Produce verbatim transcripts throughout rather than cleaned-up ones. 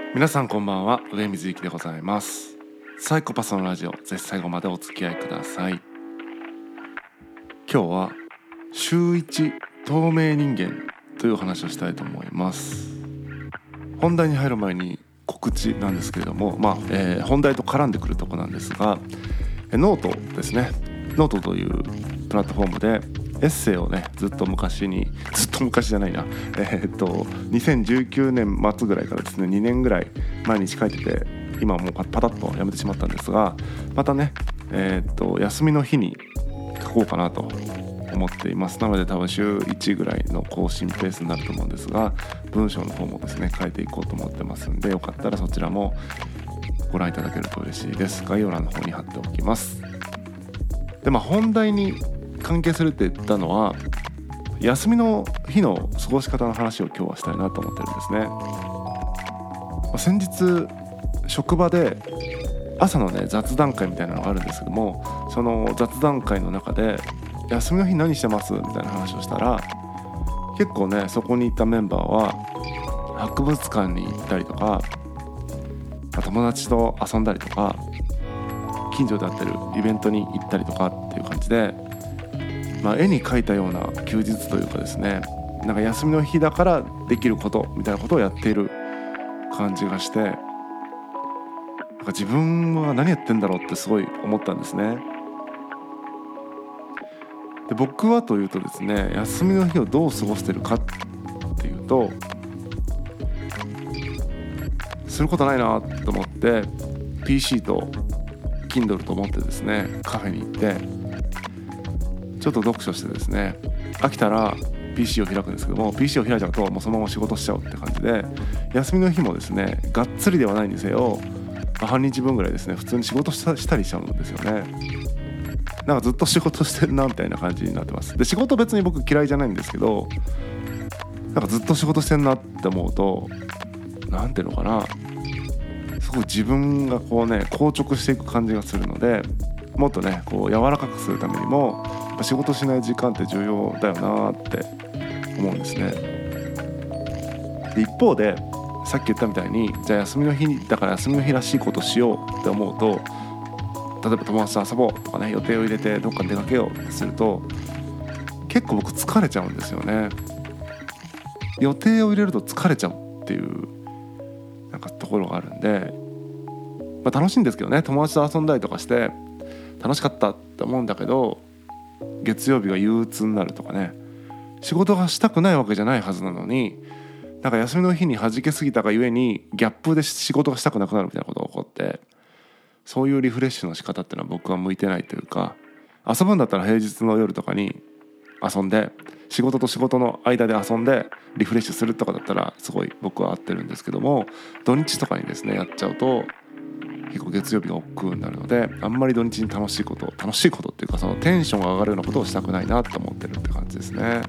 皆さんこんばんは、上水幸でございます。サイコパスのラジオ、ぜひ最後までお付き合いください。今日は週一透明人間という話をしたいと思います。本題に入る前に告知なんですけれども、まあえー、本題と絡んでくるところなんですが、ノートですね。ノートというプラットフォームでエッセイをね、ずっと昔にずっと昔じゃないなえー、っとにせんじゅうきゅうねん末ぐらいからですね、にねんぐらい毎日書いてて、今はもうパタッとやめてしまったんですが、またね、えー、っと休みの日に書こうかなと思っています。なので多分週いちぐらいの更新ペースになると思うんですが、文章の方もですね変えていこうと思ってますんで、よかったらそちらもご覧いただけると嬉しいです。概要欄の方に貼っておきます。で、まあ本題に関係するって言ったのは、休みの日の過ごし方の話を今日はしたいなと思ってるんですね。まあ、先日職場で朝のね雑談会みたいなのがあるんですけども、その雑談会の中で休みの日何してますみたいな話をしたら、結構ねそこにいたメンバーは博物館に行ったりとか、友達と遊んだりとか、近所でやってるイベントに行ったりとかっていう感じで、まあ、絵に描いたような休日というかですね、なんか休みの日だからできることみたいなことをやっている感じがして、なんか自分は何やってんだろうってすごい思ったんですね。で、僕はというとですね、休みの日をどう過ごしてるかっていうと、することないなと思って ピーシー と Kindle と思ってですね、カフェに行ってちょっと読書してですね、飽きたら ピーシー を開くんですけども、 ピーシー を開いちゃうともうそのまま仕事しちゃうって感じで、休みの日もですねがっつりではないにせよ、まあ、半日分ぐらいですね普通に仕事したしたりしちゃうんですよね。なんかずっと仕事してるなみたいな感じになってます。で、仕事別に僕嫌いじゃないんですけど、なんかずっと仕事してんなって思うと、なんていうのかな、すごい自分がこうね硬直していく感じがするので、もっとねこう柔らかくするためにも仕事しない時間って重要だよなって思うんですね。で、一方でさっき言ったみたいに、じゃあ休みの日だから休みの日らしいことしようって思うと、例えば友達と遊ぼうとかね、予定を入れてどっかに出かけようってすると、結構僕疲れちゃうんですよね。予定を入れると疲れちゃうっていうなんかところがあるんで、まあ、楽しいんですけどね、友達と遊んだりとかして楽しかったって思うんだけど、月曜日が憂鬱になるとかね、仕事がしたくないわけじゃないはずなのに、なんか休みの日に弾けすぎたがゆえにギャップで仕事がしたくなくなるみたいなことが起こって、そういうリフレッシュの仕方っていうのは僕は向いてないというか、遊ぶんだったら平日の夜とかに遊んで、仕事と仕事の間で遊んでリフレッシュするとかだったらすごい僕は合ってるんですけども、土日とかにですねやっちゃうと結構月曜日が億劫になるので、あんまり土日に楽しいこと楽しいことっていうか、そのテンションが上がるようなことをしたくないなと思ってるって感じですね。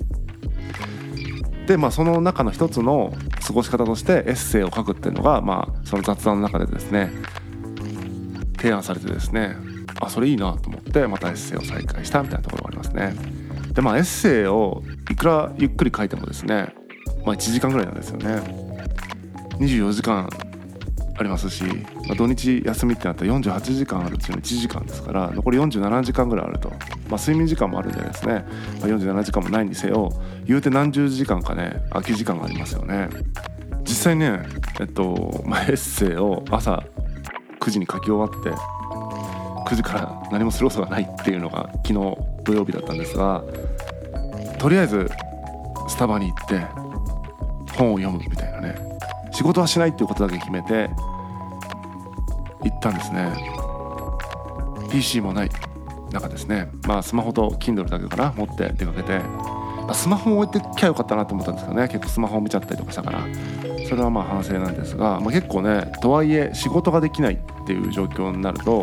で、まあその中の一つの過ごし方としてエッセイを書くっていうのが、まあその雑談の中でですね提案されてですね、あ、それいいなと思ってまたエッセイを再開したみたいなところがありますね。で、まあエッセイをいくらゆっくり書いてもですね、まあいちじかんぐらいなんですよね。にじゅうよじかんありますし、まあ、土日休みってなったらよんじゅうはちじかんあるうちのいちじかんですから、残りよんじゅうななじかんぐらいあると、まあ、睡眠時間もあるんじゃないですね、まあ、よんじゅうななじかんもないにせよ、言うて何十時間かね空き時間がありますよね。実際ね、えっとまあ、エッセイを朝くじに書き終わってくじから何もすることがないっていうのが昨日土曜日だったんですが、とりあえずスタバに行って本を読むみたいなね、仕事はしないっていうことだけ決めて行ったんですね。 ピーシー もない中ですね、まあスマホと Kindle だけかな持って出かけて、まあ、スマホを置いてきゃよかったなと思ったんですけどね、結構スマホを見ちゃったりとかしたから、それはまあ反省なんですが、まあ、結構ね、とはいえ仕事ができないっていう状況になると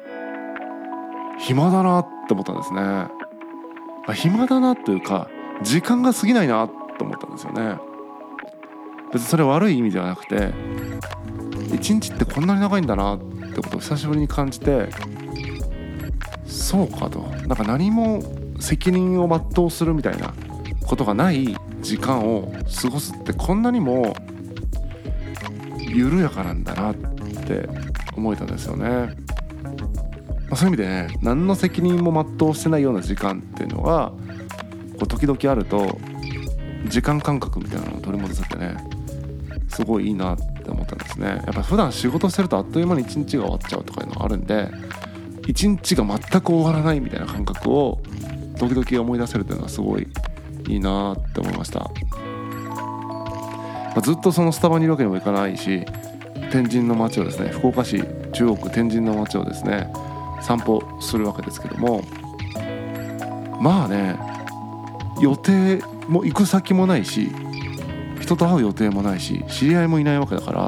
暇だなって思ったんですね。まあ、暇だなというか時間が過ぎないなと思ったんですよね。別にそれ悪い意味ではなくて、一日ってこんなに長いんだなってことを久しぶりに感じて、そうかと、なんか何も責任を全うするみたいなことがない時間を過ごすってこんなにも緩やかなんだなって思えたんですよね。まあ、そういう意味でね、何の責任も全うしてないような時間っていうのがこう時々あると、時間感覚みたいなのを取り戻せてね、すごいいいなって思ったんですね。やっぱ普段仕事してるとあっという間に一日が終わっちゃうとかいうのがあるんで、一日が全く終わらないみたいな感覚を時々思い出せるっていうのはすごいいいなって思いました。まあ、ずっとそのスタバにいるわけにもいかないし、天神の街をですね、福岡市中央区天神の街をですね散歩するわけですけども、まあね、予定も行く先もないし、人と会う予定もないし、知り合いもいないわけだから、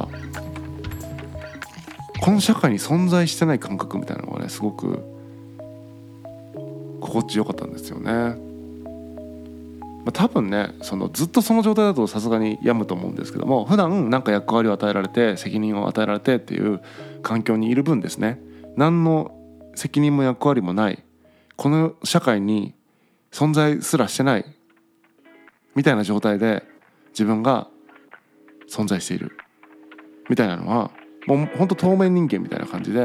この社会に存在してない感覚みたいなのがね、すごく心地よかったんですよね。まあ、多分ね、そのずっとその状態だとさすがに病むと思うんですけども、普段なんか役割を与えられて責任を与えられてっていう環境にいる分ですね、何の責任も役割もない、この社会に存在すらしてないみたいな状態で自分が存在しているみたいなのは、もうほんと透明人間みたいな感じ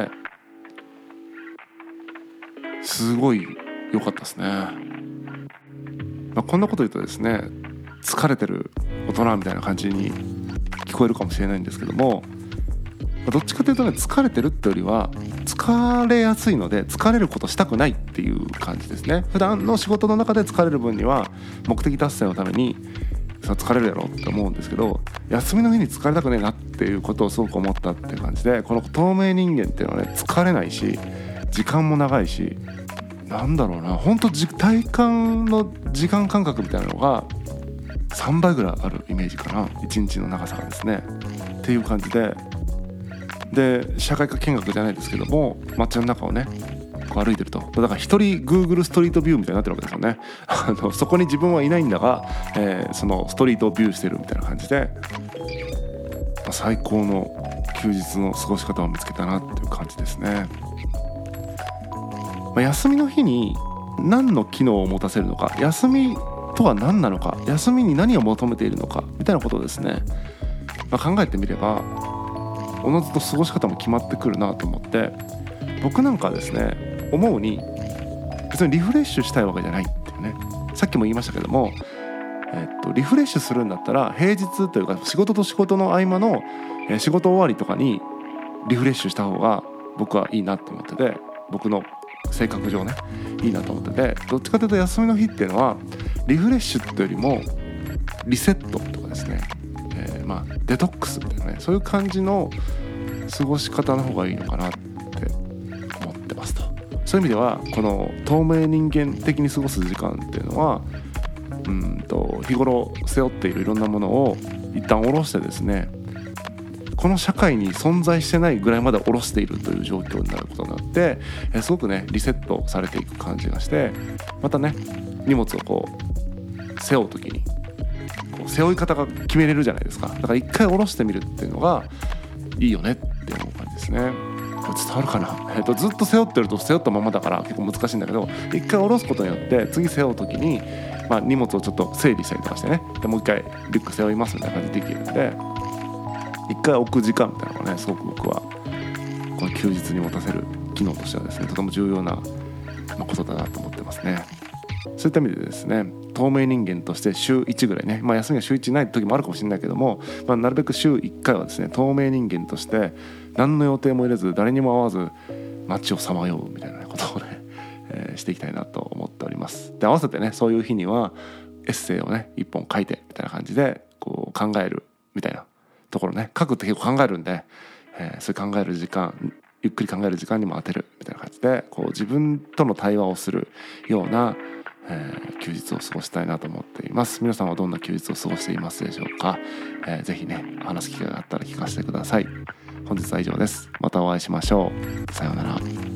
ですごい良かったですね。まあ、こんなこと言うとですね、疲れてる大人みたいな感じに聞こえるかもしれないんですけども、どっちかというとね、疲れてるってよりは疲れやすいので疲れることしたくないっていう感じですね。普段の仕事の中で疲れる分には目的達成のためにさ疲れるやろって思うんですけど、休みの日に疲れたくねえなっていうことをすごく思ったっていう感じで、この透明人間っていうのはね、疲れないし時間も長いし、なんだろうな、本当体感の時間感覚みたいなのがさんばいぐらいあるイメージかな、いちにちの長さがですねっていう感じで、で社会科見学じゃないですけども、街の中をねこう歩いてると、だから一人 Google ストリートビューみたいになってるわけですよね。あのそこに自分はいないんだが、えー、そのストリートをビューしてるみたいな感じで、まあ、最高の休日の過ごし方を見つけたなっていう感じですね。まあ、休みの日に何の機能を持たせるのか、休みとは何なのか、休みに何を求めているのかみたいなことをですね、まあ、考えてみればおのずと過ごし方も決まってくるなと思って、僕なんかはですね思うに、別にリフレッシュしたいわけじゃないっていうね、さっきも言いましたけども、えっと、リフレッシュするんだったら平日というか仕事と仕事の合間の、えー、仕事終わりとかにリフレッシュした方が僕はいいなと思ってて、僕の性格上ねいいなと思ってて、どっちかというと休みの日っていうのはリフレッシュっていうよりもリセットとかですね、えー、まあデトックスみたいなね、そういう感じの過ごし方の方がいいのかなって思ってますと。そういう意味ではこの透明人間的に過ごす時間っていうのは、うんと日頃背負っているいろんなものを一旦下ろしてですね、この社会に存在してないぐらいまで下ろしているという状況になることになって、えすごくねリセットされていく感じがして、またね荷物をこう背負うときにこう背負い方が決めれるじゃないですか。だから一回下ろしてみるっていうのがいいよねって思う感じですね。これ伝わるかな、えー、とずっと背負ってると背負ったままだから結構難しいんだけど、一回下ろすことによって次背負うときに、まあ、荷物をちょっと整理したりとかしてね、でもう一回リュック背負いますみたいな感じでできるんで、一回置く時間みたいなのがね、すごく僕はこの休日に持たせる機能としてはですね、とても重要なことだなと思ってますね。そういった意味でですね、透明人間として週いちぐらいね、まあ休みが週いちない時もあるかもしれないけども、まあ、なるべく週いっかいはですね透明人間として何の予定も入れず誰にも会わず街をさまようみたいなことをね、えー、していきたいなと思っております。で合わせてね、そういう日にはエッセイをね一本書いてみたいな感じでこう考えるみたいなところね、書くって結構考えるんで、えー、そういう考える時間、ゆっくり考える時間にも当てるみたいな感じで、こう自分との対話をするような、えー、休日を過ごしたいなと思っています。皆さんはどんな休日を過ごしていますでしょうか。えー、ぜひね話す機会があったら聞かせてください。本日は以上です。またお会いしましょう。さようなら。